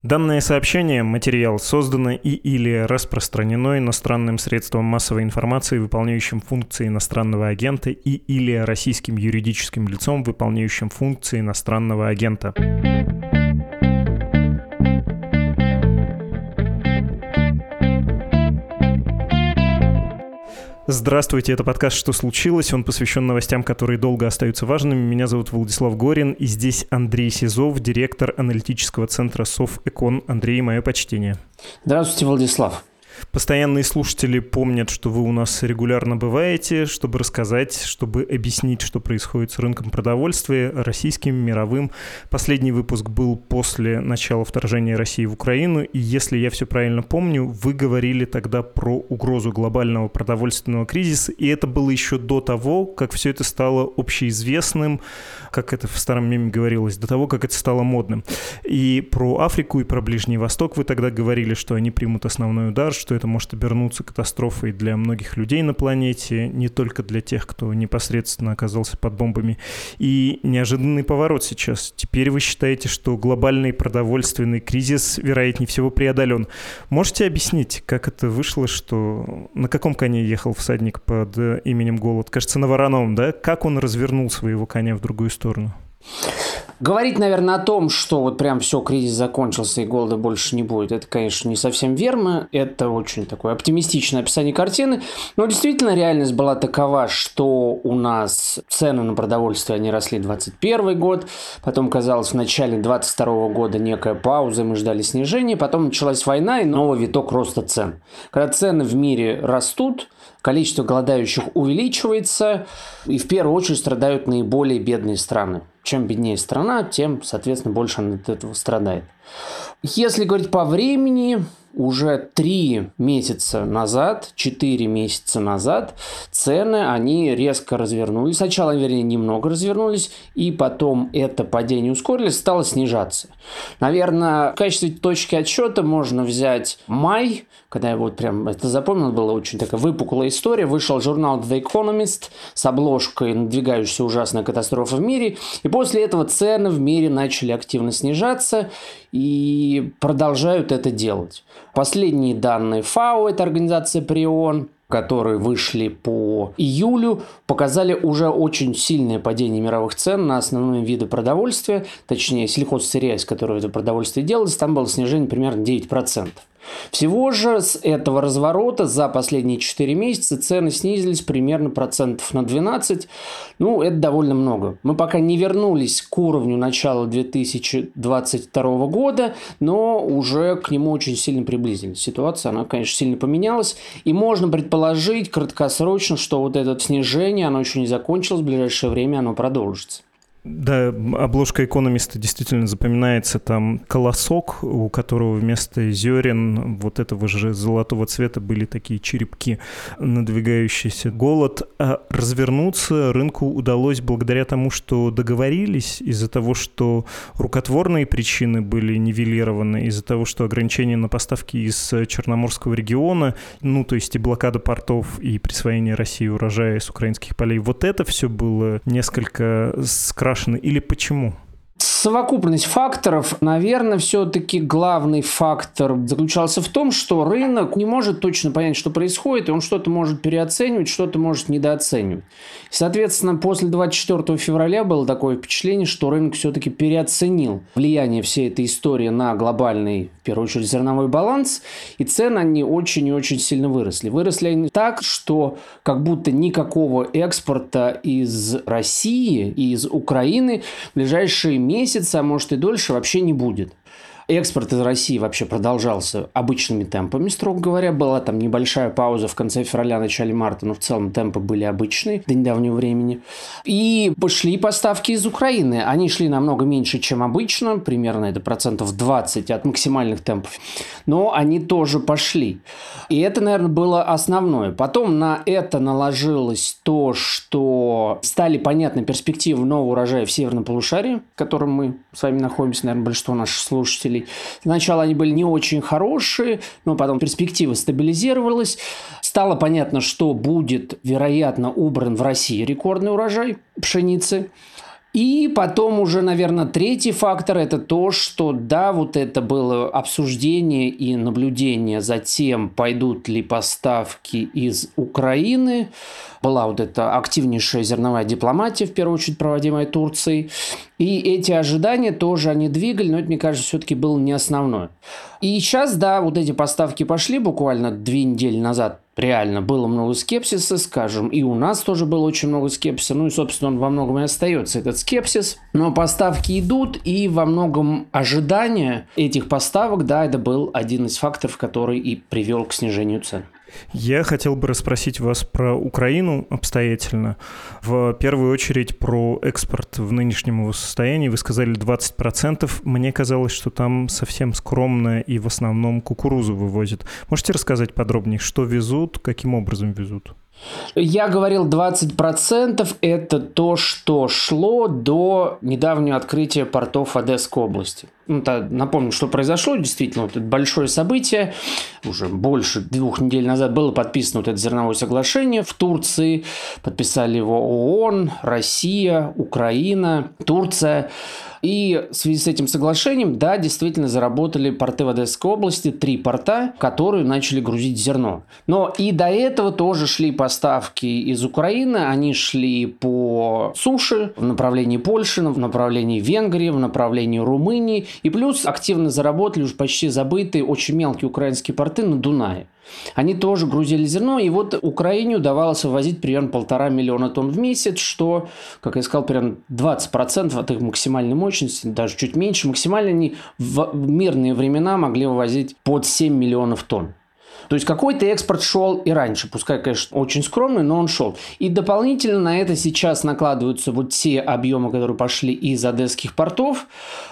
Данное сообщение, материал, создано и/или распространено иностранным средством массовой информации, выполняющим функции иностранного агента, и/или российским юридическим лицом, выполняющим функции иностранного агента. Здравствуйте, это подкаст «Что случилось?». Он посвящен новостям, которые долго остаются важными. Меня зовут Владислав Горин, и здесь Андрей Сизов, директор аналитического центра Софэкон. Андрей, мое почтение. Здравствуйте, Владислав. Постоянные слушатели помнят, что вы у нас регулярно бываете, чтобы рассказать, чтобы объяснить, что происходит с рынком продовольствия, российским, мировым. Последний выпуск был после начала вторжения России в Украину, и если я все правильно помню, вы говорили тогда про угрозу глобального продовольственного кризиса, и это было еще до того, как все это стало общеизвестным, как это в старом меме говорилось, до того, как это стало модным. И про Африку, и про Ближний Восток вы тогда говорили, что они примут основной удар, что это может обернуться катастрофой для многих людей на планете, не только для тех, кто непосредственно оказался под бомбами. И неожиданный поворот сейчас. Теперь вы считаете, что глобальный продовольственный кризис, вероятнее всего, преодолен. Можете объяснить, как это вышло, что на каком коне ехал всадник под именем Голод? Кажется, на вороном, да? Как он развернул своего коня в другую сторону? Говорить, наверное, о том, что вот прям все, кризис закончился и голода больше не будет, это, конечно, не совсем верно. Это очень такое оптимистичное описание картины. Но действительно реальность была такова, что у нас цены на продовольствие, они росли 2021 год. Потом, казалось, в начале 2022 года некая пауза, мы ждали снижения. Потом началась война и новый виток роста цен. Когда цены в мире растут, количество голодающих увеличивается, и в первую очередь страдают наиболее бедные страны. Чем беднее страна, тем, соответственно, больше она от этого страдает. Если говорить по времени, уже 3 месяца назад, 4 месяца назад цены, они резко развернулись. Сначала, вернее, немного развернулись, и потом это падение ускорилось, стало снижаться. Наверное, в качестве точки отсчета можно взять май, когда я вот прям это запомнил, была очень такая выпуклая история. Вышел журнал The Economist с обложкой «Надвигающаяся ужасная катастрофа в мире». И после этого цены в мире начали активно снижаться и продолжают это делать. Последние данные ФАО, это организация ПРИОН, которые вышли по июлю, показали уже очень сильное падение мировых цен на основные виды продовольствия, точнее сельхозсырья, из которого это продовольствие делалось, там было снижение примерно 9%. Всего же с этого разворота за последние 4 месяца цены снизились примерно процентов на 12. Ну, это довольно много. Мы пока не вернулись к уровню начала 2022 года, но уже к нему очень сильно приблизились. Ситуация, она, конечно, сильно поменялась. И можно предположить краткосрочно, что вот это снижение, оно еще не закончилось, в ближайшее время оно продолжится. Да, обложка «Экономиста» действительно запоминается. Там колосок, у которого вместо зерен вот этого же золотого цвета были такие черепки, надвигающийся голод. А развернуться рынку удалось благодаря тому, что договорились, из-за того, что рукотворные причины были нивелированы, из-за того, что ограничения на поставки из Черноморского региона, ну, то есть и блокада портов, и присвоение России урожая с украинских полей, вот это все было несколько скрашено. Или почему? Совокупность факторов, наверное, все-таки главный фактор заключался в том, что рынок не может точно понять, что происходит, и он что-то может переоценивать, что-то может недооценивать. И, соответственно, после 24 февраля было такое впечатление, что рынок все-таки переоценил влияние всей этой истории на глобальный, в первую очередь, зерновой баланс, и цены, они очень и очень сильно выросли. Выросли они так, что как будто никакого экспорта из России и из Украины в ближайшие месяца, а может и дольше, вообще не будет. Экспорт из России вообще продолжался обычными темпами, строго говоря. Была там небольшая пауза в конце февраля, начале марта, но в целом темпы были обычные до недавнего времени. И пошли поставки из Украины. Они шли намного меньше, чем обычно, примерно это 20% от максимальных темпов. Но они тоже пошли. И это, наверное, было основное. Потом на это наложилось то, что стали понятны перспективы нового урожая в северном полушарии, в котором мы с вами находимся, наверное, большинство наших слушателей. Сначала они были не очень хорошие, но потом перспектива стабилизировалась. Стало понятно, что будет, вероятно, убран в России рекордный урожай пшеницы. И потом уже, наверное, третий фактор – это то, что, да, вот это было обсуждение и наблюдение за тем, пойдут ли поставки из Украины. Была вот эта активнейшая зерновая дипломатия, в первую очередь проводимая Турцией. И эти ожидания тоже они двигали, но это, мне кажется, все-таки было не основное. И сейчас, да, вот эти поставки пошли буквально 2 недели назад. Реально было много скепсиса, скажем, и у нас тоже было очень много скепсиса, ну и, собственно, он во многом и остается, этот скепсис. Но поставки идут, и во многом ожидание этих поставок, да, это был один из факторов, который и привел к снижению цен. Я хотел бы расспросить вас про Украину обстоятельно. В первую очередь про экспорт в нынешнем его состоянии. Вы сказали 20%. Мне казалось, что там совсем скромно и в основном кукурузу вывозят. Можете рассказать подробнее, что везут, каким образом везут? Я говорил 20%, это то, что шло до недавнего открытия портов Одесской области. Напомню, что произошло, действительно, вот это большое событие. Уже больше 2 недель назад было подписано вот это зерновое соглашение в Турции. Подписали его ООН, Россия, Украина, Турция. И в связи с этим соглашением, да, действительно заработали порты в Одесской области, 3 порта, которые начали грузить зерно. Но и до этого тоже шли поставки из Украины, они шли по суше в направлении Польши, в направлении Венгрии, в направлении Румынии. И плюс активно заработали уже почти забытые очень мелкие украинские порты на Дунае. Они тоже грузили зерно, и вот Украине удавалось вывозить примерно 1,5 миллиона тонн в месяц, что, как я сказал, примерно 20% от их максимальной мощности, даже чуть меньше. Максимально они в мирные времена могли вывозить под 7 миллионов тонн. То есть какой-то экспорт шел и раньше, пускай, конечно, очень скромный, но он шел. И дополнительно на это сейчас накладываются вот те объемы, которые пошли из одесских портов.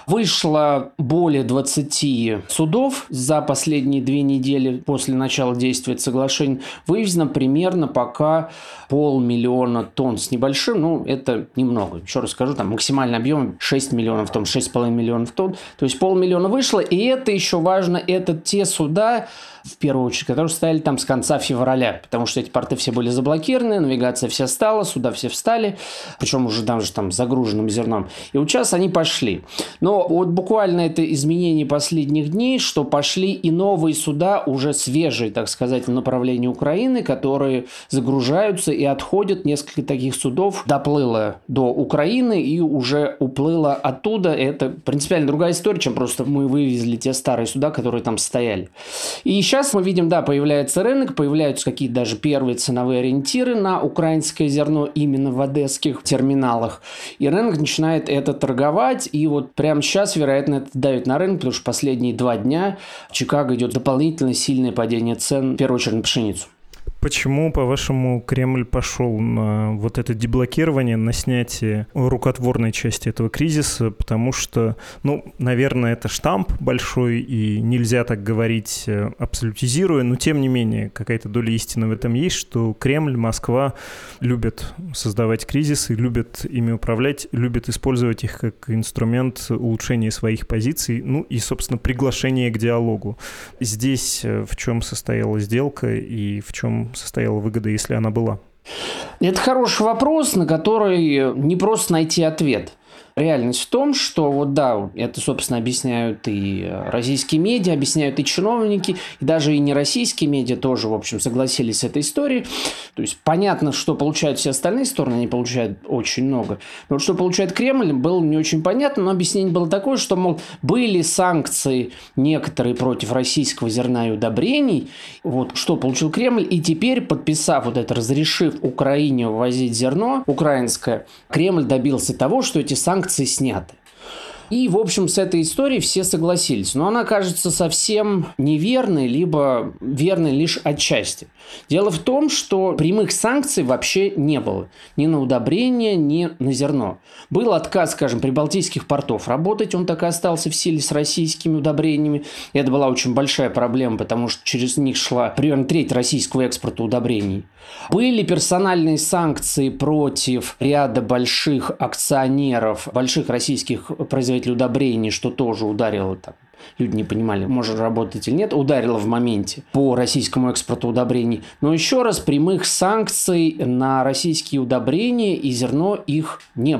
Вышло более 20 судов за последние 2 недели после начала действия соглашения. Вывезено примерно пока 500 000 тонн с небольшим, ну, это немного. Еще раз скажу, там максимальный объем 6 миллионов тонн, 6,5 миллионов тонн. То есть 500 000 вышло, и это еще важно, это те суда, в первую очередь, которые стояли там с конца февраля, потому что эти порты все были заблокированы, навигация вся стала, суда все встали, причем уже даже там загруженным зерном. И вот сейчас они пошли. Но вот буквально это изменение последних дней, что пошли и новые суда, уже свежие, так сказать, в направлении Украины, которые загружаются и отходят. Несколько таких судов доплыло до Украины и уже уплыло оттуда. Это принципиально другая история, чем просто мы вывезли те старые суда, которые там стояли. И сейчас мы видим, да, появляется рынок, появляются какие-то даже первые ценовые ориентиры на украинское зерно именно в одесских терминалах. И рынок начинает это торговать. И вот прямо сейчас, вероятно, это давит на рынок, потому что последние 2 дня в Чикаго идет дополнительно сильное падение цен, в первую очередь на пшеницу. Почему, по-вашему, Кремль пошел на вот это деблокирование, на снятие рукотворной части этого кризиса? Потому что, наверное, это штамп большой, и нельзя так говорить, абсолютизируя, но тем не менее, какая-то доля истины в этом есть, что Кремль, Москва любят создавать кризисы, любят ими управлять, любят использовать их как инструмент улучшения своих позиций, и, собственно, приглашение к диалогу. Здесь в чем состояла сделка и в чем состояла выгода, если она была? Это хороший вопрос, на который не просто найти ответ. Реальность в том, что вот да, это, собственно, объясняют и российские медиа, объясняют и чиновники, и даже и нероссийские медиа тоже, в общем, согласились с этой историей. То есть понятно, что получают все остальные стороны, они получают очень много. Но вот что получает Кремль, было не очень понятно, но объяснение было такое, что, мол, были санкции некоторые против российского зерна и удобрений, вот что получил Кремль, и теперь, подписав вот это, разрешив Украине ввозить зерно украинское, Кремль добился того, что эти санкции сняты. И, в общем, с этой историей все согласились. Но она кажется совсем неверной, либо верной лишь отчасти. Дело в том, что прямых санкций вообще не было. Ни на удобрения, ни на зерно. Был отказ, скажем, прибалтийских портов работать. Он так и остался в силе с российскими удобрениями. И это была очень большая проблема, потому что через них шла примерно треть российского экспорта удобрений. Были персональные санкции против ряда больших акционеров, больших российских производителей удобрений, что тоже ударило там. Люди не понимали, может работать или нет, ударило в моменте по российскому экспорту удобрений. Но еще раз, прямых санкций на российские удобрения и зерно их не было.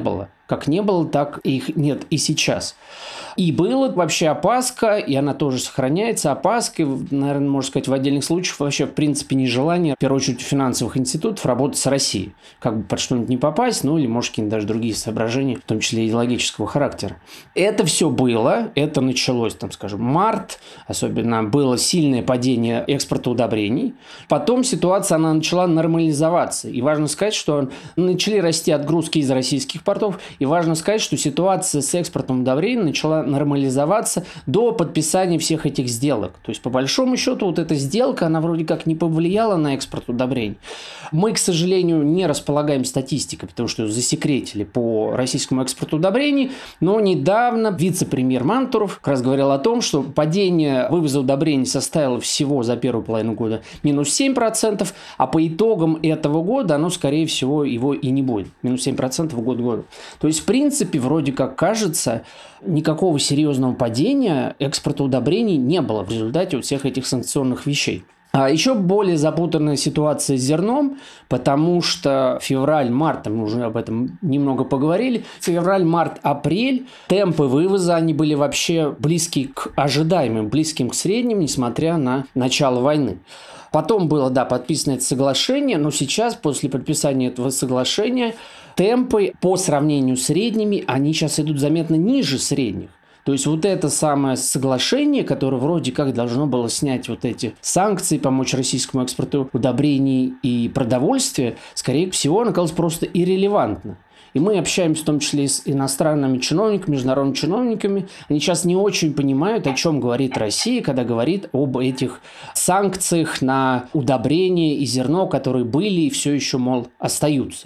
Как не было, так их нет и сейчас. И была вообще опаска, и она тоже сохраняется, опаска, наверное, можно сказать, в отдельных случаях вообще, в принципе, нежелание, в первую очередь, финансовых институтов работать с Россией. Как бы под что-нибудь не попасть, или, может, какие-нибудь даже другие соображения, в том числе идеологического характера. Это все было, это началось, март, особенно было сильное падение экспорта удобрений. Потом ситуация, она начала нормализоваться. И важно сказать, что начали расти отгрузки из российских портов, и важно сказать, что ситуация с экспортом удобрений начала нормализоваться до подписания всех этих сделок. То есть, по большому счету, вот эта сделка, она вроде как не повлияла на экспорт удобрений. Мы, к сожалению, не располагаем статистикой, потому что ее засекретили по российскому экспорту удобрений, но недавно вице-премьер Мантуров как раз говорил о том, что падение вывоза удобрений составило всего за первую половину года минус 7%, а по итогам этого года оно, скорее всего, его и не будет. Минус 7% в год к году. То есть, в принципе, вроде как кажется, никакого серьезного падения экспорта удобрений не было в результате вот всех этих санкционных вещей. А еще более запутанная ситуация с зерном, потому что февраль-март, мы уже об этом немного поговорили, февраль, март, апрель, темпы вывоза, они были вообще близки к ожидаемым, близким к средним, несмотря на начало войны. Потом было, подписано это соглашение, но сейчас, после подписания этого соглашения, темпы по сравнению с средними, они сейчас идут заметно ниже средних. То есть вот это самое соглашение, которое вроде как должно было снять вот эти санкции, помочь российскому экспорту удобрений и продовольствия, скорее всего, оказалось просто иррелевантно. И мы общаемся в том числе с иностранными чиновниками, международными чиновниками. Они сейчас не очень понимают, о чем говорит Россия, когда говорит об этих санкциях на удобрения и зерно, которые были и все еще, остаются.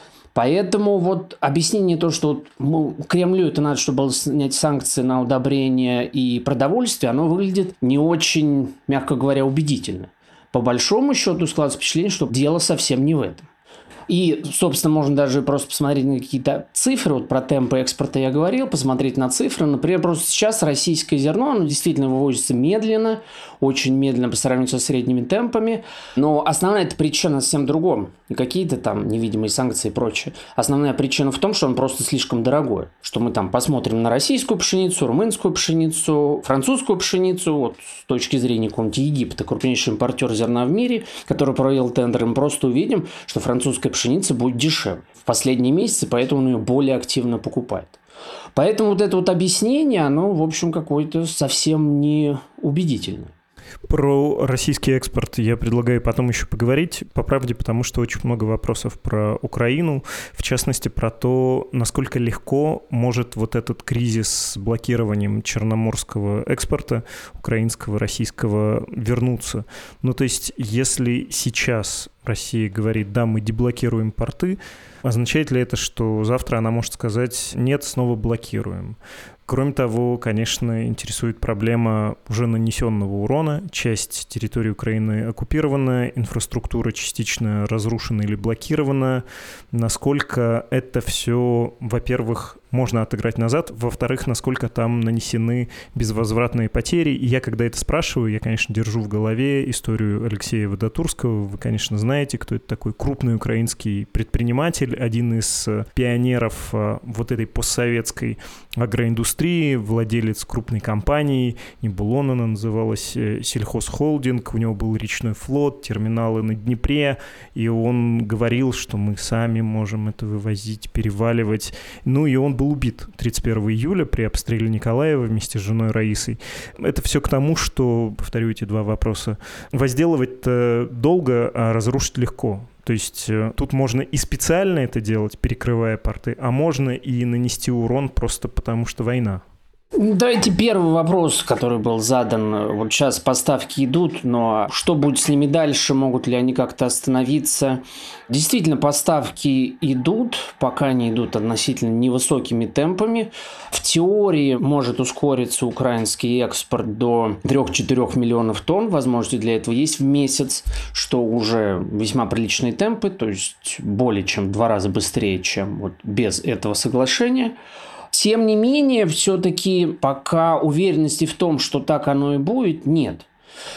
Поэтому вот объяснение то, что Кремлю это надо, чтобы было снять санкции на удобрения и продовольствие, оно выглядит не очень, мягко говоря, убедительно. По большому счету складывается впечатление, что дело совсем не в этом. И, собственно, можно даже просто посмотреть на какие-то цифры. Вот про темпы экспорта я говорил, посмотреть на цифры. Например, просто сейчас российское зерно, оно действительно вывозится медленно, очень медленно по сравнению со средними темпами. Но основная эта причина совсем в другом. Не какие-то там невидимые санкции и прочее. Основная причина в том, что он просто слишком дорогой. Что мы посмотрим на российскую пшеницу, румынскую пшеницу, французскую пшеницу. Вот с точки зрения какого-нибудь Египта, крупнейший импортер зерна в мире, который провел тендер, мы просто увидим, что французская пшеница будет дешевле в последние месяцы, поэтому он ее более активно покупает. Поэтому вот это вот объяснение, оно, в общем, какое-то совсем не убедительное. Про российский экспорт я предлагаю потом еще поговорить, по правде, потому что очень много вопросов про Украину, в частности, про то, насколько легко может вот этот кризис с блокированием черноморского экспорта, украинского, российского, вернуться. Ну, то есть, если сейчас Россия говорит, да, мы деблокируем порты, означает ли это, что завтра она может сказать, нет, снова блокируем? Кроме того, конечно, интересует проблема уже нанесенного урона. Часть территории Украины оккупирована, инфраструктура частично разрушена или блокирована. Насколько это все, во-первых, можно отыграть назад, во-вторых, насколько там нанесены безвозвратные потери. И я, когда это спрашиваю, я, конечно, держу в голове историю Алексея Водотурского. Вы, конечно, знаете, кто это такой крупный украинский предприниматель, один из пионеров вот этой постсоветской агроиндустрии, владелец крупной компании, Небулон она называлась, сельхозхолдинг, у него был речной флот, терминалы на Днепре, и он говорил, что мы сами можем это вывозить, переваливать. Ну и он был убит 31 июля при обстреле Николаева вместе с женой Раисой. Это все к тому, что, повторю эти два вопроса, возделывать-то долго, а разрушить легко. То есть тут можно и специально это делать, перекрывая порты, а можно и нанести урон просто потому, что война. Давайте первый вопрос, который был задан. Вот сейчас поставки идут, но что будет с ними дальше? Могут ли они как-то остановиться? Действительно, поставки идут, пока они идут относительно невысокими темпами. В теории может ускориться украинский экспорт до 3-4 миллионов тонн. Возможности для этого есть в месяц, что уже весьма приличные темпы, то есть более чем в 2 раза быстрее, чем вот без этого соглашения. Тем не менее, все-таки пока уверенности в том, что так оно и будет, нет.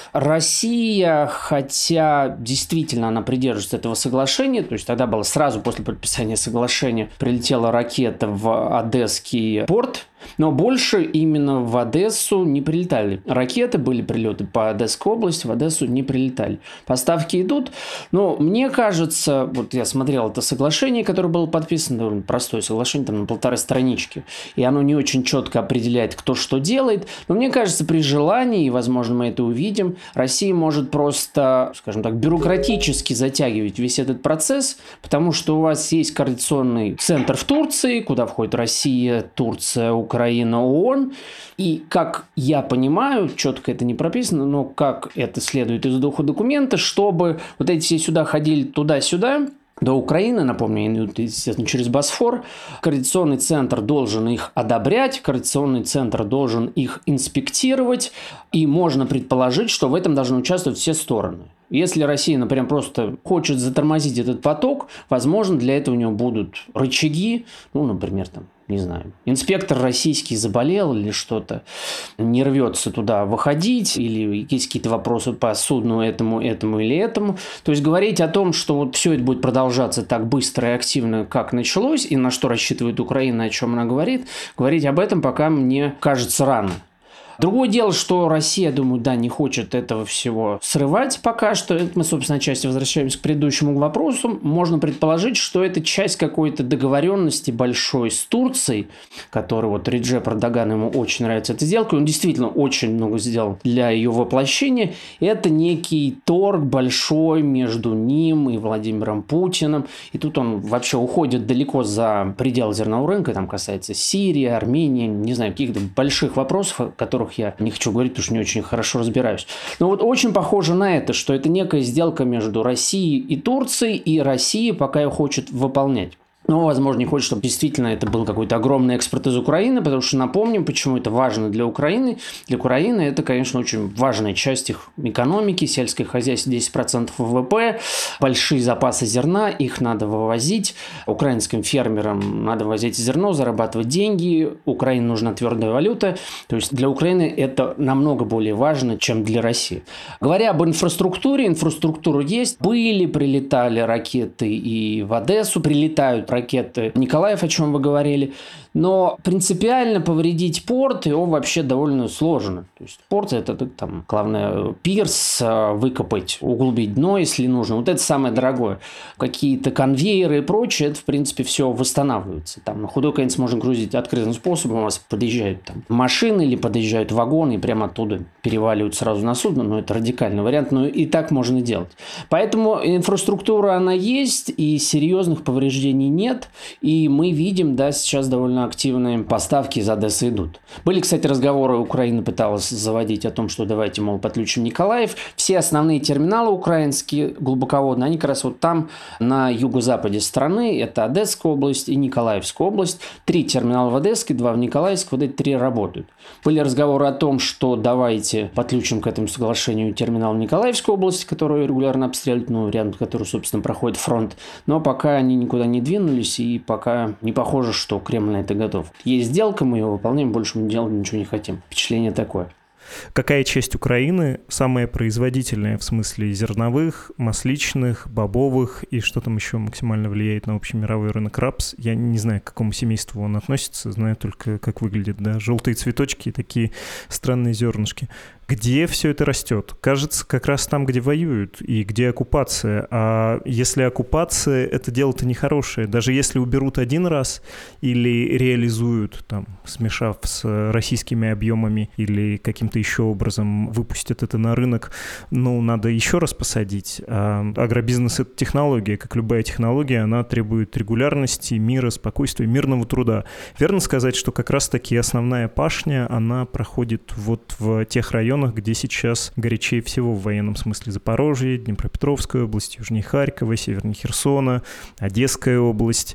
Россия, хотя действительно она придерживается этого соглашения, то есть тогда было сразу после подписания соглашения прилетела ракета в Одесский порт, но больше именно в Одессу не прилетали. Ракеты, были прилеты по Одесской области, в Одессу не прилетали. Поставки идут, но мне кажется, вот я смотрел это соглашение, которое было подписано, довольно простое соглашение, там на 1,5 странички, и оно не очень четко определяет, кто что делает, но мне кажется, при желании, и, возможно, мы это увидим, Россия может просто, скажем так, бюрократически затягивать весь этот процесс, потому что у вас есть координационный центр в Турции, куда входит Россия, Турция, Украина, ООН. И, как я понимаю, четко это не прописано, но как это следует из духа документа, чтобы вот эти все сюда ходили туда-сюда, до Украины, напомню, естественно, через Босфор, координационный центр должен их одобрять, координационный центр должен их инспектировать, и можно предположить, что в этом должны участвовать все стороны. Если Россия, например, просто хочет затормозить этот поток, возможно, для этого у нее будут рычаги, например, не знаю, инспектор российский заболел или что-то, не рвется туда выходить, или есть какие-то вопросы по судну этому или этому. То есть говорить о том, что вот все это будет продолжаться так быстро и активно, как началось, и на что рассчитывает Украина, о чем она говорить об этом пока мне кажется рано. Другое дело, что Россия, думаю, не хочет этого всего срывать пока что. Это мы, собственно, отчасти возвращаемся к предыдущему вопросу. Можно предположить, что это часть какой-то договоренности большой с Турцией, которой вот Реджеп Эрдоган, ему очень нравится эта сделка. Он действительно очень много сделал для ее воплощения. Это некий торг большой между ним и Владимиром Путиным. И тут он вообще уходит далеко за пределы зернового рынка. Там касается Сирии, Армении, не знаю, каких-то больших вопросов, о которых я не хочу говорить, потому что не очень хорошо разбираюсь. Но вот очень похоже на это, что это некая сделка между Россией и Турцией, и Россия пока ее хочет выполнять. Но, возможно, не хочет, чтобы действительно это был какой-то огромный экспорт из Украины, потому что напомним, почему это важно для Украины. Для Украины это, конечно, очень важная часть их экономики, сельское хозяйство 10% ВВП, большие запасы зерна, их надо вывозить. Украинским фермерам надо вывозить зерно, зарабатывать деньги, Украине нужна твердая валюта. То есть для Украины это намного более важно, чем для России. Говоря об инфраструктуре, инфраструктура есть. Прилетали ракеты и в Одессу, прилетают ракеты Николаев, о чем вы говорили. Но принципиально повредить порт его вообще довольно сложно. То есть порт это там, главное, пирс, выкопать, углубить дно, если нужно. Вот это самое дорогое. Какие-то конвейеры и прочее, это в принципе все восстанавливается. Там на худой конец можно грузить открытым способом. У вас подъезжают там машины или подъезжают вагоны и прямо оттуда переваливают сразу на судно. Но это радикальный вариант, но и так можно делать. Поэтому инфраструктура она есть, и серьезных повреждений нет. И мы видим, сейчас довольно активные поставки из Одессы идут. Были, кстати, разговоры, Украина пыталась заводить о том, что давайте, мол, подключим Николаев. Все основные терминалы украинские, глубоководные, они как раз вот там, на юго-западе страны, это Одесская область и Николаевская область. 3 терминала в Одесской, 2 в Николаевской, вот эти 3 работают. Были разговоры о том, что давайте подключим к этому соглашению терминал в Николаевской области, который регулярно обстреливают, рядом с которой, собственно, проходит фронт. Но пока они никуда не двинулись, и пока не похоже, что Кремль на это готов. Есть сделка, мы ее выполняем, больше мы делать ничего не хотим. Впечатление такое. Какая часть Украины самая производительная в смысле зерновых, масличных, бобовых и что там еще максимально влияет на общемировой рынок рапс? Я не знаю, к какому семейству он относится, знаю только, как выглядит, желтые цветочки и такие странные зернышки. Где все это растет? Кажется, как раз там, где воюют и где оккупация. А если оккупация, это дело-то нехорошее. Даже если уберут один раз или реализуют, смешав с российскими объемами или каким-то еще образом выпустят это на рынок, надо еще раз посадить. А агробизнес — это технология. Как любая технология, она требует регулярности, мира, спокойствия, мирного труда. Верно сказать, что как раз-таки основная пашня, она проходит вот в тех районах, где сейчас горячее всего в военном смысле: Запорожье, Днепропетровская область, южнее Харькова, севернее Херсона, Одесская область.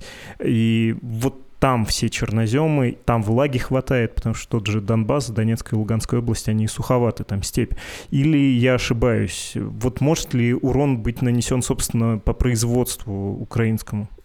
И вот там все черноземы, там влаги хватает, потому что тот же Донбасс, Донецкая и Луганская область, они суховаты, там степь. Или я ошибаюсь? Вот может ли урон быть нанесен, собственно, по производству украинскому?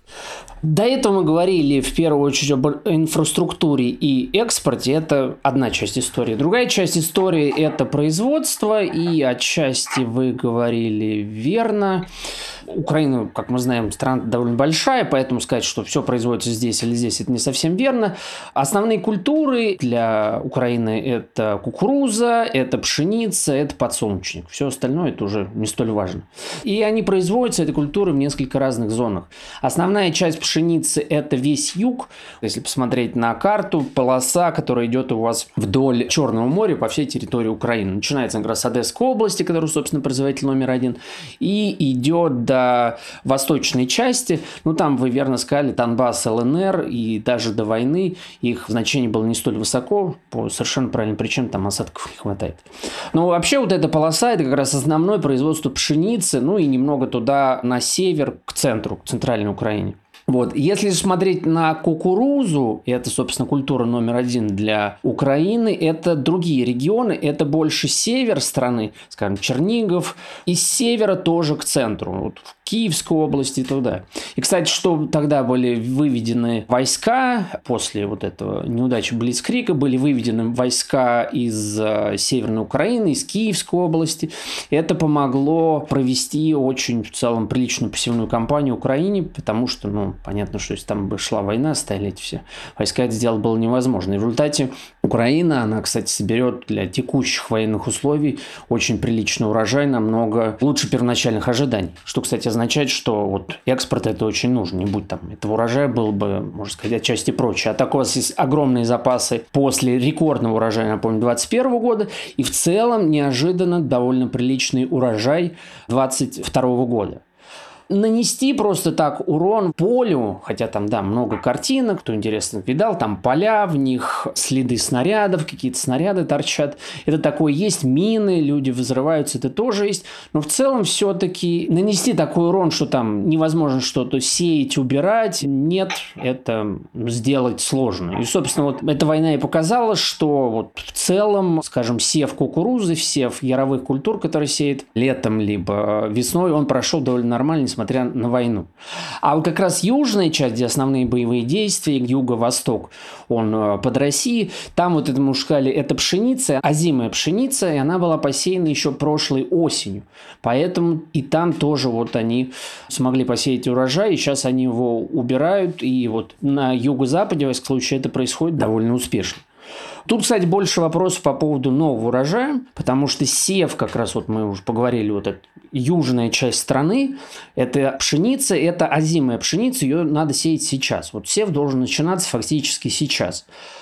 До этого мы говорили в первую очередь об инфраструктуре и экспорте. Это одна часть истории. Другая часть истории – это производство. И отчасти вы говорили верно. Украина, как мы знаем, страна довольно большая, поэтому сказать, что все производится здесь или здесь, это не совсем верно. Основные культуры для Украины – это кукуруза, это пшеница, это подсолнечник. Все остальное – это уже не столь важно. И они производятся, эти культуры, в несколько разных зонах. Основная часть пшеницы – это весь юг. Если посмотреть на карту, полоса, которая идет у вас вдоль Черного моря по всей территории Украины. Начинается как раз с Одесской области, которая, собственно, производитель номер один, и идет до восточной части. Ну, там, вы верно сказали, Донбасс, ЛНР, и даже до войны их значение было не столь высоко, по совершенно правильным причинам, там осадков не хватает. Но вообще вот эта полоса – это как раз основное производство пшеницы, ну и немного туда на север, к центру, к центральной Украине. Вот. Если смотреть на кукурузу, это, собственно, культура номер один для Украины, это другие регионы, это больше север страны, скажем, Чернигов, и с севера тоже к центру, вот в Киевскую область и туда. И, кстати, что тогда были выведены войска, после вот этого неудачи Блицкрига, были выведены войска из Северной Украины, из Киевской области. Это помогло провести очень, в целом, приличную посевную кампанию Украине, потому что, ну, понятно, что если там бы шла война, стояли эти все войска, это сделать было невозможно. И в результате Украина, она, кстати, соберет для текущих военных условий очень приличный урожай, намного лучше первоначальных ожиданий. Что, кстати, означает, что вот экспорт это очень нужно. Не будь там этого урожая, был бы, можно сказать, отчасти прочее. А так у вас есть огромные запасы после рекордного урожая, напомню, 2021 года, и в целом неожиданно довольно приличный урожай 2022 года. Нанести просто так урон полю, хотя там, да, много картинок, кто интересно видал, там поля, в них следы снарядов, какие-то снаряды торчат. Это такое есть, мины, люди взрываются, это тоже есть. Но в целом все-таки нанести такой урон, что там невозможно что-то сеять, убирать, нет, это сделать сложно. И, собственно, вот эта война и показала, что вот в целом, скажем, сев кукурузы, сев яровых культур, которые сеет летом либо весной, он прошел довольно нормально, несмотря на войну. А вот как раз южная часть, где основные боевые действия, юго-восток, он под Россией, там вот это мы уже сказали, это пшеница, озимая пшеница, и она была посеяна еще прошлой осенью. Поэтому и там тоже вот они смогли посеять урожай, и сейчас они его убирают, и вот на юго-западе, во всяком случае, это происходит довольно успешно. Тут, кстати, больше вопросов по поводу нового урожая, потому что сев, как раз вот мы уже поговорили, вот эта южная часть страны, это пшеница, это озимая пшеница, ее надо сеять сейчас. Вот сев должен начинаться фактически сейчас.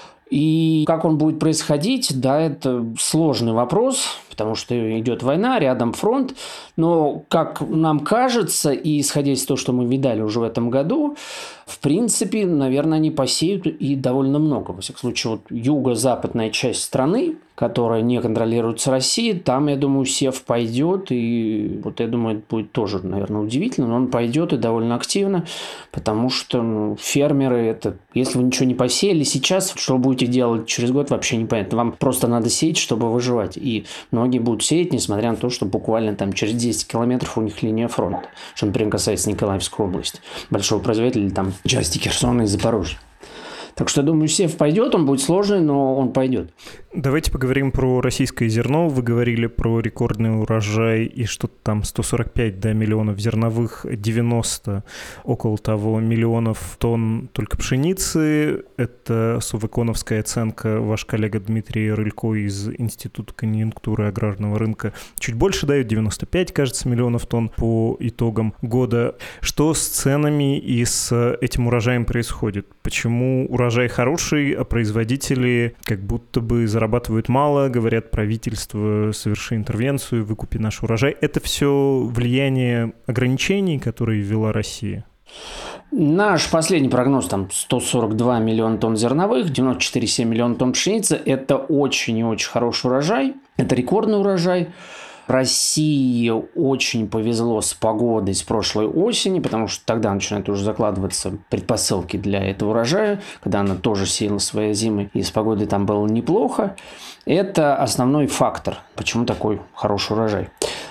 И как он будет происходить, да, это сложный вопрос, потому что идет война, рядом фронт. Но, как нам кажется, и исходя из того, что мы видали уже в этом году, в принципе, наверное, они посеют и довольно много. Во всяком случае, вот юго-западная часть страны, которая не контролируется Россией, там, я думаю, сев пойдет. И вот я думаю, это будет тоже, наверное, удивительно, но он пойдет и довольно активно, потому что фермеры, это, если вы ничего не посеяли сейчас, что будете делать через год, вообще непонятно. Вам просто надо сеять, чтобы выживать. И многие будут сеять, несмотря на то, что буквально там через 10 километров у них линия фронта. Что, например, касается Николаевской области, большого производителя, там части Херсона и Запорожья. Так что, я думаю, сев пойдет, он будет сложный, но он пойдет. Давайте поговорим про российское зерно. Вы говорили про рекордный урожай и что-то там 145 миллионов зерновых, 90 около того миллионов тонн только пшеницы. Это совэконовская оценка. Ваш коллега Дмитрий Рылько из Института конъюнктуры аграрного рынка чуть больше дает, 95, кажется, миллионов тонн по итогам года. Что с ценами и с этим урожаем происходит? Почему урожай хороший, а производители как будто бы зарабатывают мало, говорят, правительство, соверши интервенцию, выкупи наш урожай. Это все влияние ограничений, которые ввела Россия? Наш последний прогноз, там 142 миллиона тонн зерновых, 94,7 миллиона тонн пшеницы. Это очень и очень хороший урожай. Это рекордный урожай. России очень повезло с погодой с прошлой осени, потому что тогда начинают уже закладываться предпосылки для этого урожая, когда она тоже сеяла свои зимы, и с погодой там было неплохо. Это основной фактор, почему такой хороший урожай.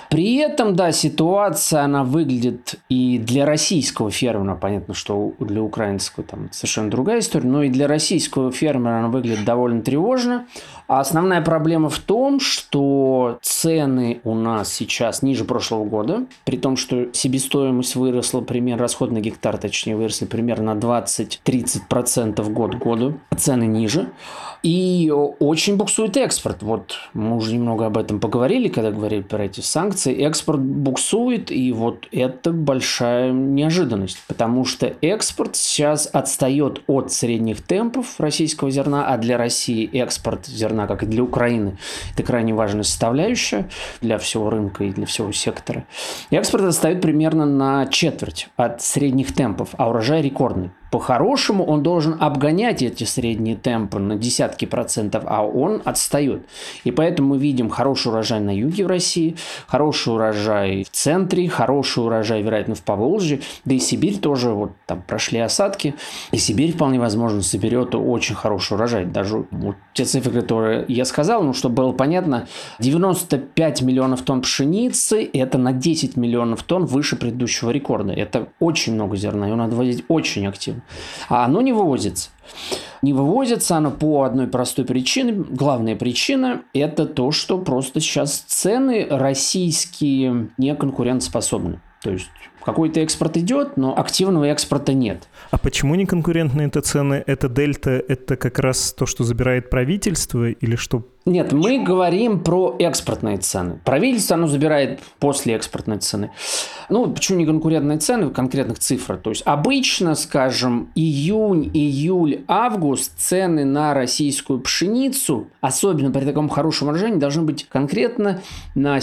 При этом, да, ситуация, она выглядит и для российского фермера, понятно, что для украинского там совершенно другая история, но и для российского фермера она выглядит довольно тревожно. А основная проблема в том, что цены у нас сейчас ниже прошлого года, при том, что себестоимость выросла примерно, расход на гектар, точнее, выросли примерно на 20-30% год к году, цены ниже. И очень буксует экспорт. Вот мы уже немного об этом поговорили, когда говорили про эти санкции. Экспорт буксует, и вот это большая неожиданность, потому что экспорт сейчас отстает от средних темпов российского зерна, а для России экспорт зерна, как и для Украины, это крайне важная составляющая для всего рынка и для всего сектора. Экспорт отстает примерно на четверть от средних темпов, а урожай рекордный. По-хорошему он должен обгонять эти средние темпы на десятки процентов, а он отстает. И поэтому мы видим хороший урожай на юге в России, хороший урожай в центре, хороший урожай, вероятно, в Поволжье, да и Сибирь тоже, вот там прошли осадки, и Сибирь вполне возможно соберет очень хороший урожай. Даже вот те цифры, которые я сказал, ну, чтобы было понятно, 95 миллионов тонн пшеницы – это на 10 миллионов тонн выше предыдущего рекорда. Это очень много зерна, его надо возить очень активно. А оно не вывозится. Не вывозится оно по одной простой причине. Главная причина – это то, что просто сейчас цены российские не конкурентоспособны. То есть какой-то экспорт идет, но активного экспорта нет. А почему не конкурентные это цены? Это дельта, это как раз то, что забирает правительство или что? Нет, мы говорим про экспортные цены. Правительство, оно забирает после экспортной цены. Ну, почему не конкурентные цены в конкретных цифрах? То есть обычно, скажем, июнь, июль, август цены на российскую пшеницу, особенно при таком хорошем урожае, должны быть конкретно на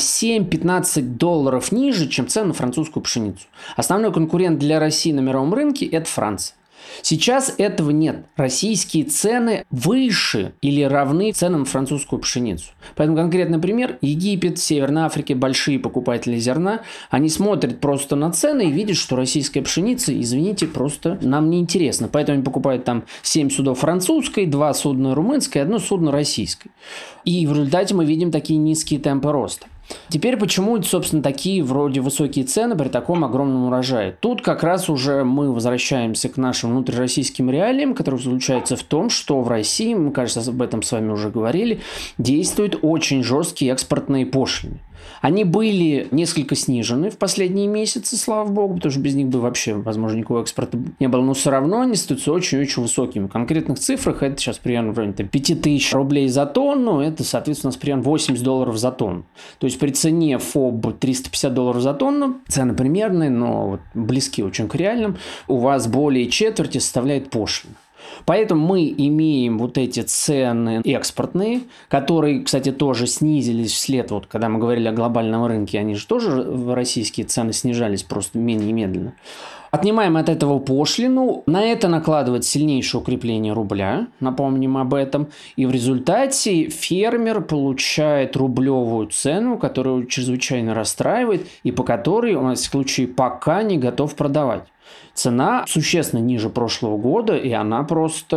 $7-15 ниже, чем цены на французскую пшеницу. Основной конкурент для России на мировом рынке – это Франция. Сейчас этого нет. Российские цены выше или равны ценам на французскую пшеницу. Поэтому конкретный пример. Египет, Северная Африка, большие покупатели зерна, они смотрят просто на цены и видят, что российская пшеница, извините, просто нам не интересна. Поэтому они покупают там 7 судов французской, 2 судна румынской, 1 судно российской. И в результате мы видим такие низкие темпы роста. Теперь почему, собственно, такие вроде высокие цены при таком огромном урожае? Тут как раз уже мы возвращаемся к нашим внутрироссийским реалиям, которые заключаются в том, что в России, мы, кажется, об этом с вами уже говорили, действуют очень жесткие экспортные пошлины. Они были несколько снижены в последние месяцы, слава богу, потому что без них бы вообще, возможно, никакого экспорта не было. Но все равно они остаются очень-очень высокими. В конкретных цифрах это сейчас примерно в районе 5000 рублей за тонну, это, соответственно, у нас примерно $80 за тонну. То есть при цене ФОБ $350 за тонну, цены примерные, но вот близки очень к реальным, у вас более четверти составляет пошлина. Поэтому мы имеем вот эти цены экспортные, которые, кстати, тоже снизились вслед, вот когда мы говорили о глобальном рынке, они же тоже российские цены снижались просто менее медленно. Отнимаем от этого пошлину, на это накладывать сильнейшее укрепление рубля, напомним об этом, и в результате фермер получает рублевую цену, которая его чрезвычайно расстраивает, и по которой он в случае пока не готов продавать. Цена существенно ниже прошлого года, и она просто,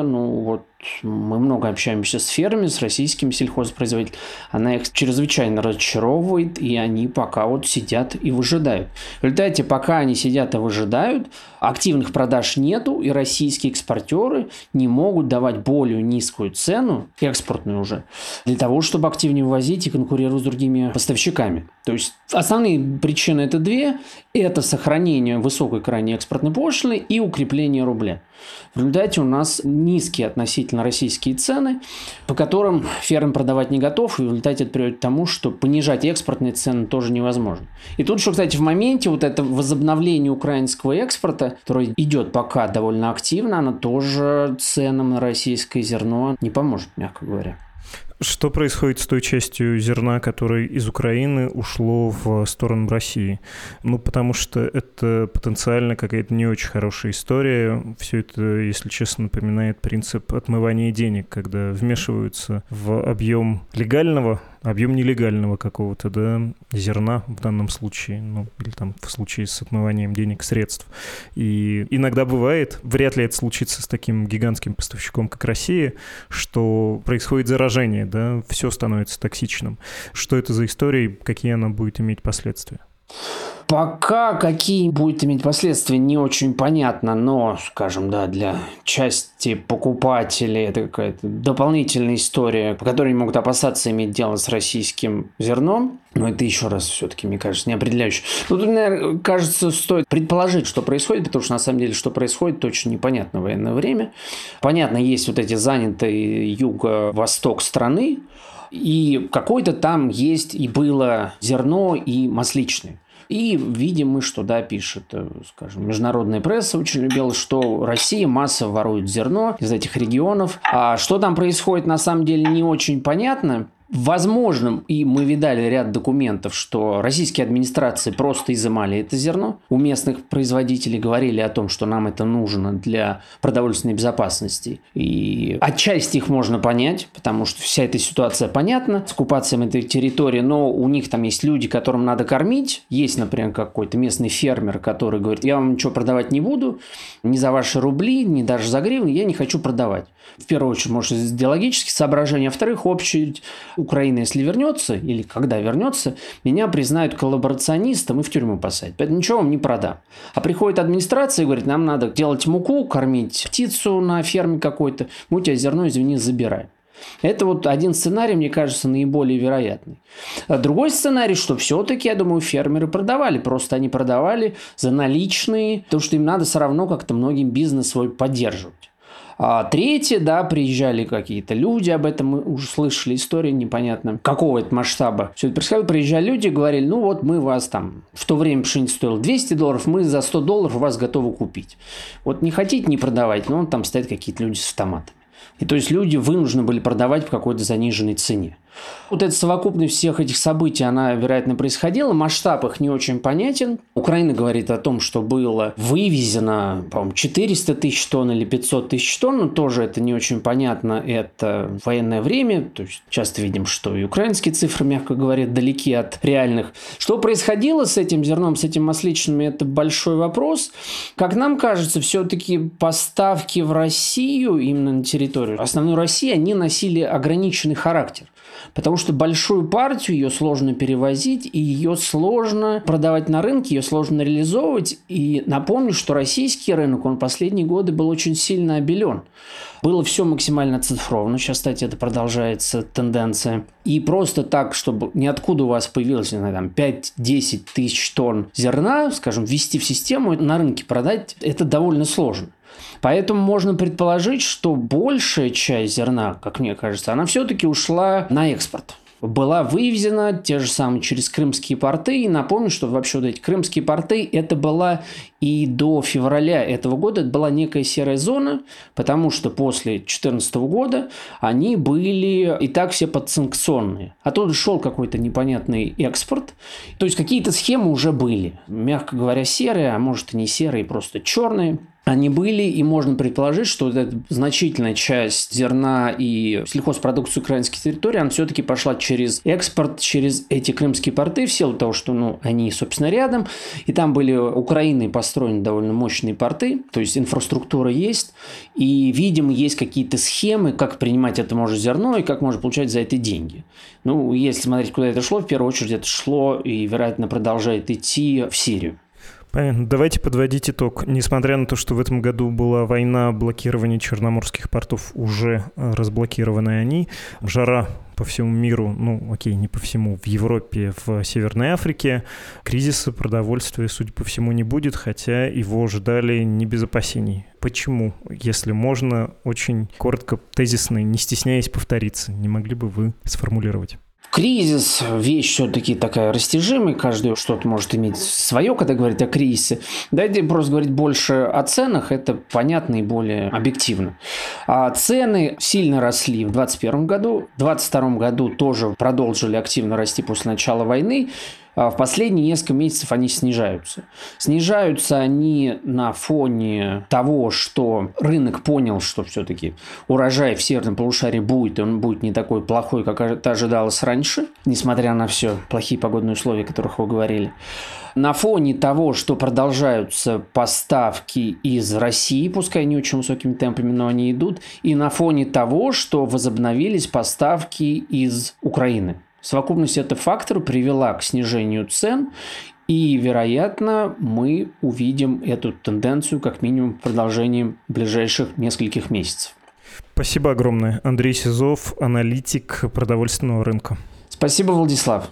мы много общаемся с фермерами, с российскими сельхозпроизводителями, она их чрезвычайно разочаровывает, и они пока вот сидят и выжидают. В результате, пока они сидят и выжидают, активных продаж нету, и российские экспортеры не могут давать более низкую цену, экспортную уже, для того, чтобы активнее вывозить и конкурировать с другими поставщиками. То есть основные причины это две. Это сохранение высокой крайне экспортной пошлины и укрепление рубля. В результате у нас низкие относительно российские цены, по которым фермер продавать не готов, и в результате это приводит к тому, что понижать экспортные цены тоже невозможно. И тут, что, кстати, в моменте вот это возобновление украинского экспорта, которое идет пока довольно активно, оно тоже ценам на российское зерно не поможет, мягко говоря. Что происходит с той частью зерна, которое из Украины ушло в сторону России? Потому что это потенциально какая-то не очень хорошая история. Все это, если честно, напоминает принцип отмывания денег, когда вмешиваются в объем легального, объем нелегального какого-то, зерна в данном случае, или там в случае с отмыванием денег средств. И иногда бывает, вряд ли это случится с таким гигантским поставщиком, как Россия, что происходит заражение, да, все становится токсичным. Что это за история, какие она будет иметь последствия? Пока какие будет иметь последствия, не очень понятно, но, скажем, да, для части покупателей это какая-то дополнительная история, по которой они могут опасаться иметь дело с российским зерном. Но это еще раз все-таки, мне кажется, не определяюще. Ну, тут, наверное, кажется, стоит предположить, что происходит, потому что, на самом деле, что происходит, точно непонятно в военное время. Понятно, есть вот эти занятые юго-восток страны, и какое-то там есть и было зерно, и масличное. И видим мы, что, да, пишет, скажем, международная пресса очень любила, что Россия массово ворует зерно из этих регионов. А что там происходит, на самом деле, не очень понятно. Возможно, и мы видали ряд документов, что российские администрации просто изымали это зерно. У местных производителей говорили о том, что нам это нужно для продовольственной безопасности. И отчасти их можно понять, потому что вся эта ситуация понятна с оккупацией этой территории, но у них там есть люди, которым надо кормить. Есть, например, какой-то местный фермер, который говорит: я вам ничего продавать не буду, ни за ваши рубли, ни даже за гривны, я не хочу продавать. В первую очередь, может, из идеологических соображений, а во-вторых, очередь, Украина, если вернется, или когда вернется, меня признают коллаборационистом и в тюрьму посадят. Поэтому ничего вам не продам. А приходит администрация и говорит: нам надо делать муку, кормить птицу на ферме какой-то, мы у тебя зерно, извини, забираем. Это вот один сценарий, мне кажется, наиболее вероятный. А другой сценарий, что все-таки, я думаю, фермеры продавали. Просто они продавали за наличные, потому что им надо все равно как-то многим бизнес свой поддерживать. А третье, да, приезжали какие-то люди, об этом мы уже слышали, история непонятно какого это масштаба. Все это происходило, приезжали люди и говорили: ну вот мы вас там, в то время пшеница стоила $200, мы за $100 вас готовы купить. Вот не хотите, не продавать, но там стоят какие-то люди с автоматами. И то есть люди вынуждены были продавать по какой-то заниженной цене. Вот эта совокупность всех этих событий, она, вероятно, происходила. Масштаб их не очень понятен. Украина говорит о том, что было вывезено, по-моему, 400 тысяч тонн или 500 тысяч тонн. Но тоже это не очень понятно. Это военное время. То есть часто видим, что и украинские цифры, мягко говоря, далеки от реальных. Что происходило с этим зерном, с этим масличным, это большой вопрос. Как нам кажется, все-таки поставки в Россию, именно на территорию основной России, они носили ограниченный характер. Потому что большую партию ее сложно перевозить, и ее сложно продавать на рынке, ее сложно реализовывать. И напомню, что российский рынок, он последние годы был очень сильно обелен. Было все максимально оцифровано. Сейчас, кстати, это продолжается тенденция. И просто так, чтобы ниоткуда у вас появилось, не знаю, там 5-10 тысяч тонн зерна, скажем, ввести в систему, на рынке продать, это довольно сложно. Поэтому можно предположить, что большая часть зерна, как мне кажется, она все-таки ушла на экспорт. Была вывезена те же самые через крымские порты. И напомню, что вообще вот эти крымские порты, это была и до февраля этого года, это была некая серая зона, потому что после 2014 года они были и так все подсанкционные. Оттуда шел какой-то непонятный экспорт. То есть какие-то схемы уже были. Мягко говоря, серые, а может и не серые, просто черные. Они были, и можно предположить, что вот эта значительная часть зерна и сельхозпродукции украинской территории, она все-таки пошла через экспорт, через эти крымские порты, в силу того, что они, собственно, рядом. И там были Украиной построены довольно мощные порты, то есть инфраструктура есть. И, видимо, есть какие-то схемы, как принимать это может зерно и как можно получать за это деньги. Если смотреть, куда это шло, в первую очередь это шло и, вероятно, продолжает идти в Сирию. Понятно. Давайте подводить итог. Несмотря на то, что в этом году была война, блокирование черноморских портов, уже разблокированы они. Жара по всему миру, не по всему, в Европе, в Северной Африке. Кризиса продовольствия, судя по всему, не будет, хотя его ждали не без опасений. Почему? Если можно, очень коротко, тезисно, не стесняясь повториться, не могли бы вы сформулировать? Кризис – вещь все-таки такая растяжимая, каждый что-то может иметь свое, когда говорит о кризисе. Давайте просто говорить больше о ценах, это понятно и более объективно. А цены сильно росли в 2021 году, в 2022 году тоже продолжили активно расти после начала войны. в последние несколько месяцев они снижаются. Снижаются они на фоне того, что рынок понял, что все-таки урожай в северном полушарии будет, и он будет не такой плохой, как это ожидалось раньше, несмотря на все плохие погодные условия, о которых вы говорили. На фоне того, что продолжаются поставки из России, пускай не очень высокими темпами, но они идут, и на фоне того, что возобновились поставки из Украины. Совокупность этого фактора привела к снижению цен, и, вероятно, мы увидим эту тенденцию как минимум в продолжении ближайших нескольких месяцев. Спасибо огромное. Андрей Сизов, аналитик продовольственного рынка. Спасибо, Владислав.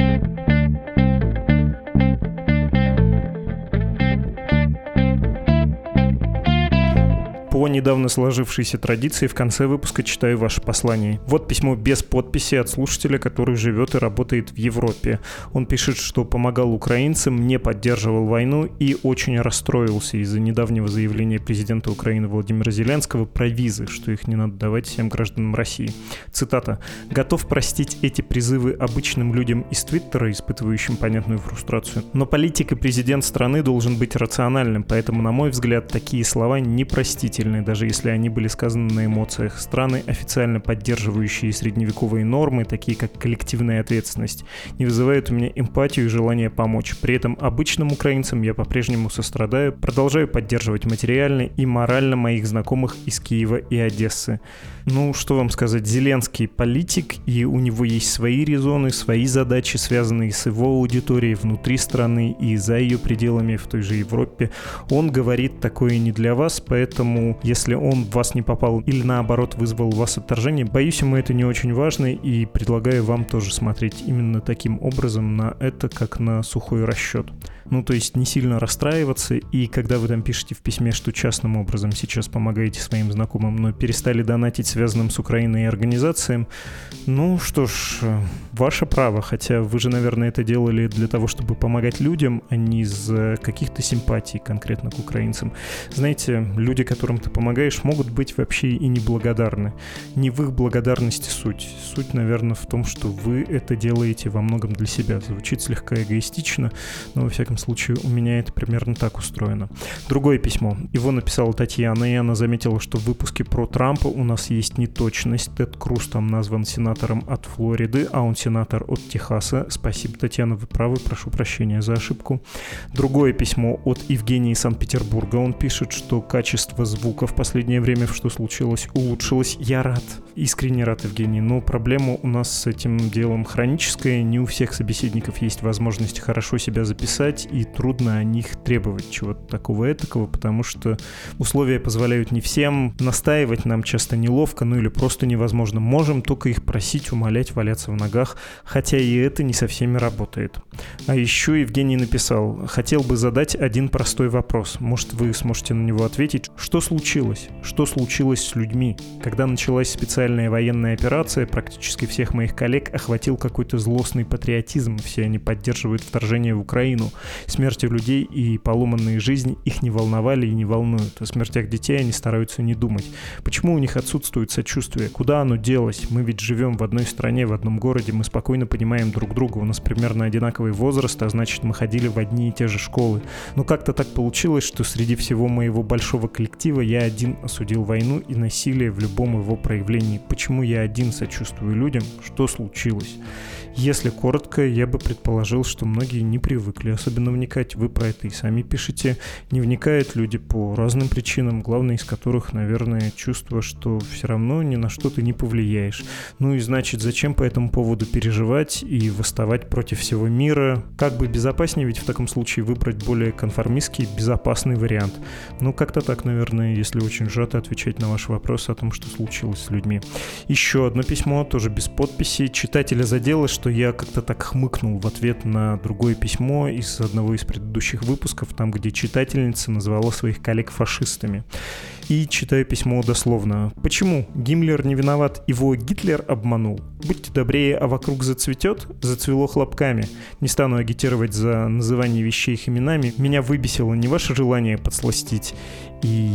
По недавно сложившейся традиции в конце выпуска читаю ваше послание. Вот письмо без подписи от слушателя, который живет и работает в Европе. Он пишет, что помогал украинцам, не поддерживал войну и очень расстроился из-за недавнего заявления президента Украины Владимира Зеленского про визы, что их не надо давать всем гражданам России. Цитата. «Готов простить эти призывы обычным людям из Твиттера, испытывающим понятную фрустрацию. Но политик и президент страны должен быть рациональным, поэтому, на мой взгляд, такие слова непростительны, даже если они были сказаны на эмоциях. Страны, официально поддерживающие средневековые нормы, такие как коллективная ответственность, не вызывают у меня эмпатию и желание помочь. При этом обычным украинцам я по-прежнему сострадаю, продолжаю поддерживать материально и морально моих знакомых из Киева и Одессы». Ну, что вам сказать, Зеленский политик, и у него есть свои резоны, свои задачи, связанные с его аудиторией внутри страны и за ее пределами в той же Европе. Он говорит такое не для вас, поэтому если он в вас не попал или наоборот вызвал у вас отторжение, боюсь, ему это не очень важно, и предлагаю вам тоже смотреть именно таким образом на это, как на сухой расчет. Ну, то есть не сильно расстраиваться, и когда вы там пишете в письме, что частным образом сейчас помогаете своим знакомым, но перестали донатить связанным с Украиной и организациям, ну что ж, ваше право, хотя вы же, наверное, это делали для того, чтобы помогать людям, а не из каких-то симпатий конкретно к украинцам. Знаете, люди, которым ты помогаешь, могут быть вообще и неблагодарны. Не в их благодарности суть. Суть, наверное, в том, что вы это делаете во многом для себя. Звучит слегка эгоистично, но во всяком случае у меня это примерно так устроено. Другое письмо. Его написала Татьяна, и она заметила, что в выпуске про Трампа у нас есть неточность. Тед Круз там назван сенатором от Флориды, а он сенатор от Техаса. Спасибо, Татьяна, вы правы, прошу прощения за ошибку. Другое письмо от Евгении из Санкт-Петербурга. Он пишет, что качество звука в последнее время, что случилось, улучшилось. Я рад, искренне рад, Евгений, но проблема у нас с этим делом хроническая. Не у всех собеседников есть возможность хорошо себя записать, и трудно о них требовать чего-то такого-этакого, потому что условия позволяют не всем, настаивать нам часто неловко, ну или просто невозможно. Можем только их просить, умолять, валяться в ногах, хотя и это не со всеми работает. А еще Евгений написал: хотел бы задать один простой вопрос. Может, вы сможете на него ответить. Что случилось? Что случилось с людьми? Когда началась специальная военная операция, практически всех моих коллег охватил какой-то злостный патриотизм. Все они поддерживают вторжение в Украину. Смерти людей и поломанные жизни их не волновали и не волнуют. О смертях детей они стараются не думать. Почему у них отсутствует сочувствие? Куда оно делось? Мы ведь живем в одной стране, в одном городе, мы спокойно понимаем друг друга. У нас примерно одинаковый возраст, а значит, мы ходили в одни и те же школы. Но как-то так получилось, что среди всего моего большого коллектива я один осудил войну и насилие в любом его проявлении. Почему я один сочувствую людям? Что случилось? Если коротко, я бы предположил, что многие не привыкли особенно вникать. Вы про это и сами пишете. Не вникают люди по разным причинам, главное из которых, наверное, чувство, что все равно ни на что ты не повлияешь. Ну и значит, зачем по этому поводу переживать и восставать против всего мира? Как бы безопаснее ведь в таком случае выбрать более конформистский, безопасный вариант. Ну, как-то так, наверное, если очень сжато отвечать на ваш вопрос о том, что случилось с людьми. Еще одно письмо, тоже без подписи. Читателя задело, что я как-то так хмыкнул в ответ на другое письмо из одного из предыдущих выпусков, там, где читательница назвала своих коллег фашистами. И читаю письмо дословно. Почему? Гиммлер не виноват, его Гитлер обманул. Будьте добрее, а вокруг зацветет? Зацвело хлопками. Не стану агитировать за называние вещей их именами. Меня выбесило не ваше желание подсластить. И я за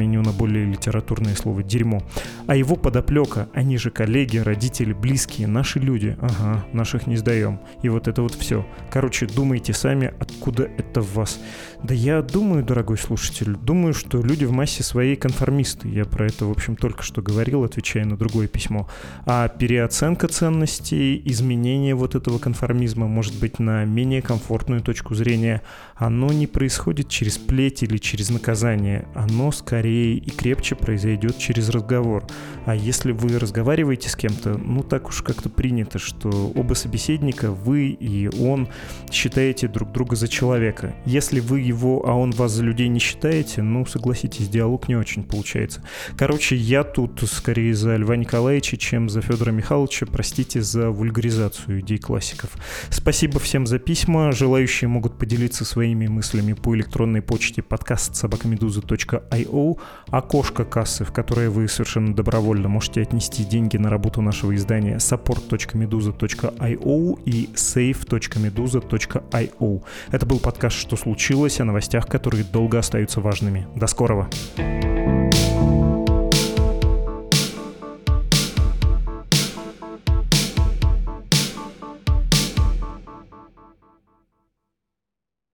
заменю на более литературное слово «дерьмо». А его подоплека, они же коллеги, родители, близкие, наши люди. Ага, наших не сдаем. И вот это вот все. Короче, думайте сами, откуда это в вас. Да я думаю, дорогой слушатель, думаю, что люди в массе своей конформисты. Я про это, в общем, только что говорил, отвечая на другое письмо. А переоценка ценностей, изменение вот этого конформизма, может быть, на менее комфортную точку зрения, оно не происходит через плеть или через наказание. Оно скорее и крепче произойдет через разговор. А если вы разговариваете с кем-то, ну так уж как-то принято, что оба собеседника, вы и он, считаете друг друга за человека. Если вы его, а он вас за людей не считаете, ну, согласитесь, диалог не очень получается. Короче, я тут скорее за Льва Николаевича, чем за Федора Михайловича. Простите за вульгаризацию идей классиков. Спасибо всем за письма. Желающие могут поделиться своими мыслями по электронной почте podcast@meduza.io, окошко кассы, в которое вы совершенно добровольно можете отнести деньги на работу нашего издания, support.meduza.io и save.meduza.io. Это был подкаст «Что случилось?» о новостях, которые долго остаются важными. До скорого!